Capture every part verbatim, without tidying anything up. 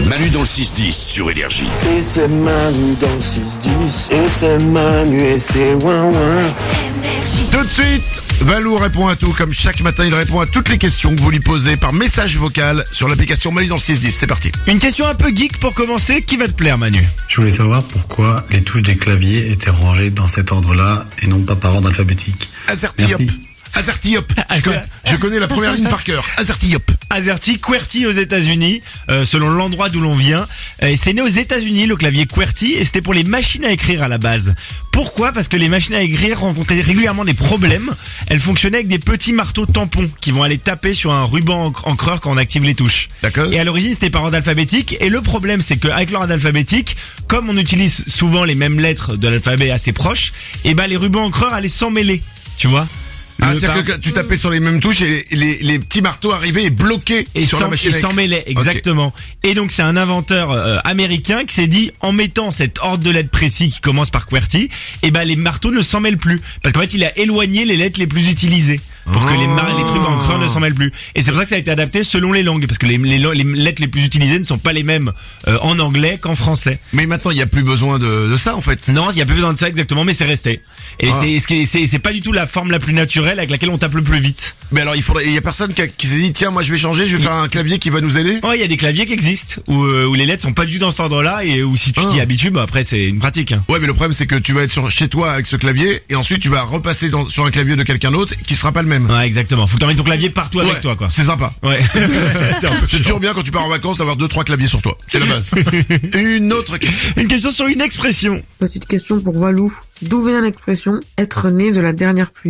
Manu dans le six dix sur Énergie. Et c'est Manu dans le six dix, et c'est Manu et c'est ouin ouin. Tout de suite, Valou répond à tout. Comme chaque matin, il répond à toutes les questions que vous lui posez par message vocal sur l'application Manu dans le six dix. C'est parti. Une question un peu geek pour commencer, qui va te plaire Manu? Je voulais savoir pourquoi les touches des claviers étaient rangées dans cet ordre-là et non pas par ordre alphabétique. Azerty hop. Merci. Azerty hop. Je, connais, je connais la première ligne par cœur. Azerty hop. AZERTY, QWERTY aux États-Unis, euh, selon l'endroit d'où l'on vient. Euh, c'est né aux États-Unis le clavier QWERTY et c'était pour les machines à écrire à la base. Pourquoi? Parce que les machines à écrire rencontraient régulièrement des problèmes. Elles fonctionnaient avec des petits marteaux tampons qui vont aller taper sur un ruban encreur quand on active les touches. D'accord. Et à l'origine c'était par ordre alphabétique et le problème c'est qu'avec l'ordre alphabétique, comme on utilise souvent les mêmes lettres de l'alphabet assez proches, et ben les rubans encreurs allaient s'emmêler, tu vois. Ah, Le c'est-à-dire par- que tu tapais sur les mêmes touches et les, les petits marteaux arrivaient et bloquaient Et sur la s'en- machine et à s'en écrire. mêlait, exactement. Et donc c'est un inventeur euh, américain qui s'est dit, en mettant cet ordre de lettres précis qui commence par QWERTY, et ben les marteaux ne s'en mêlent plus, parce qu'en fait il a éloigné les lettres les plus utilisées pour que les, mar- les trucs en creux ne s'en mêlent plus. Et c'est pour ça que ça a été adapté selon les langues, parce que les, les, les lettres les plus utilisées ne sont pas les mêmes euh, en anglais qu'en français. Mais maintenant, il n'y a plus besoin de, de ça, en fait. Non, il y a pas besoin de ça exactement, mais c'est resté. Et Ah. c'est, c'est, c'est, c'est pas du tout la forme la plus naturelle avec laquelle on tape le plus vite. Mais alors, il faudrait, il y a personne qui, a- qui s'est dit, tiens, moi, je vais changer, je vais faire un clavier qui va nous aider. Ouais, il y a des claviers qui existent où, euh, où les lettres sont pas du tout dans cet ordre-là et où si tu Ah. t'y habitues, bah après c'est une pratique. Hein. Ouais, mais le problème, c'est que tu vas être sur, chez toi avec ce clavier et ensuite tu vas repasser dans, sur un clavier de quelqu'un d'autre qui sera pas le même. Ouais, exactement. Faut que t'emmènes ton clavier partout avec Ouais, toi, quoi. c'est sympa. Ouais. c'est un peu C'est toujours bien quand tu pars en vacances d'avoir deux, trois claviers sur toi. C'est la base. Une autre question. Une question sur une expression. Petite question pour Valou. D'où vient l'expression « être né de la dernière pluie » ?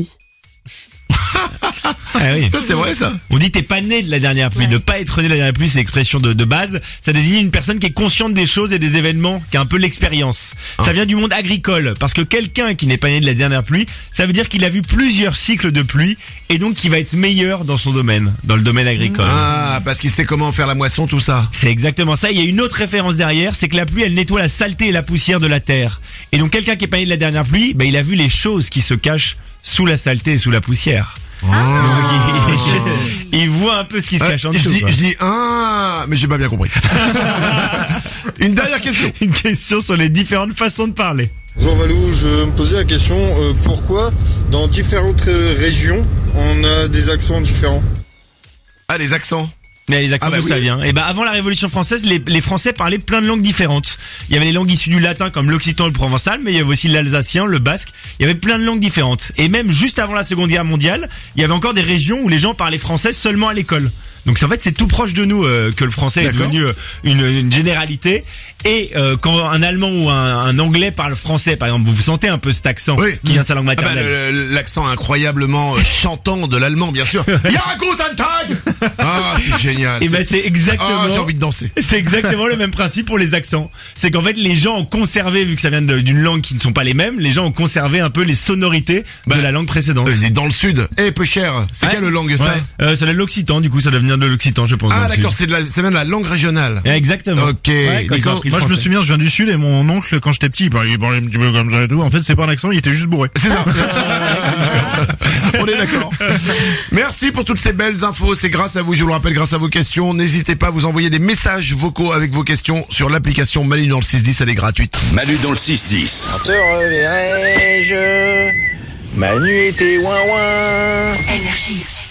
Ah oui. C'est vrai, ça. On dit t'es pas né de la dernière pluie. Ne pas être né de la dernière pluie, c'est l'expression de, de base. Ça désigne une personne qui est consciente des choses et des événements, qui a un peu l'expérience. Ça vient du monde agricole, parce que quelqu'un qui n'est pas né de la dernière pluie, ça veut dire qu'il a vu plusieurs cycles de pluie et donc qu'il va être meilleur dans son domaine, dans le domaine agricole. Ah, parce qu'il sait comment faire la moisson, tout ça. C'est exactement ça. Il y a une autre référence derrière, c'est que la pluie, elle nettoie la saleté et la poussière de la terre. Et donc quelqu'un qui est pas né de la dernière pluie, bah, il a vu les choses qui se cachent sous la saleté et sous la poussière. Donc, il, il voit un peu ce qui se Euh, cache en je dessous. dis, quoi. je dis, ah, mais j'ai pas bien compris. Une dernière question. Une question sur les différentes façons de parler. Bonjour Valou, je me posais la question, euh, pourquoi dans différentes euh, régions on a des accents différents? Ah, les accents. Mais les accents, Ah bah d'où oui. ça vient? Et bah avant la Révolution française, les, les Français parlaient plein de langues différentes. Il y avait les langues issues du latin comme l'occitan et le provençal, mais il y avait aussi l'alsacien, le basque. Il y avait plein de langues différentes. Et même juste avant la Seconde Guerre mondiale, il y avait encore des régions où les gens parlaient français seulement à l'école. Donc c'est- en fait c'est tout proche de nous euh, que le français est D'accord. devenu euh, une, une généralité. Et euh, quand un Allemand ou un, un Anglais parle français, par exemple, vous vous sentez un peu cet accent Oui. qui vient de sa langue Ah bah, maternelle. le- l'accent incroyablement euh, chantant de l'allemand, bien sûr. Ja, guten Tag. Ah, c'est génial. Et ben c'est exactement. Ah, j'ai envie de danser. C'est exactement le même principe pour les accents. C'est qu'en fait, les gens ont conservé, vu que ça vient de- d'une langue qui ne sont pas les mêmes, les gens ont conservé un peu les sonorités Bah, de la langue précédente. Euh, il est dans le sud. Eh, peu cher. C'est Ouais. quelle langue, ça? Ouais. Euh, ça vient de l'occitan, du coup, ça doit venir de l'occitan, je pense. dans Ah, le d'accord, sud. c'est de la, c'est même de la langue régionale. Ouais, exactement. Ok, Ouais, quand ils ont d'accord. appris le Moi je me français. souviens, je viens du sud et mon oncle quand j'étais petit, il parlait il parlait un petit peu comme ça et tout. En fait c'est pas un accent, il était juste bourré. C'est ça. On est d'accord. Merci pour toutes ces belles infos. C'est grâce à vous, je vous le rappelle, grâce à vos questions. N'hésitez pas à vous envoyer des messages vocaux avec vos questions sur l'application Manu dans le six dix. Elle est gratuite. Manu dans le six dix. Te reverrai-je? Manu était ouin ouin. Énergie.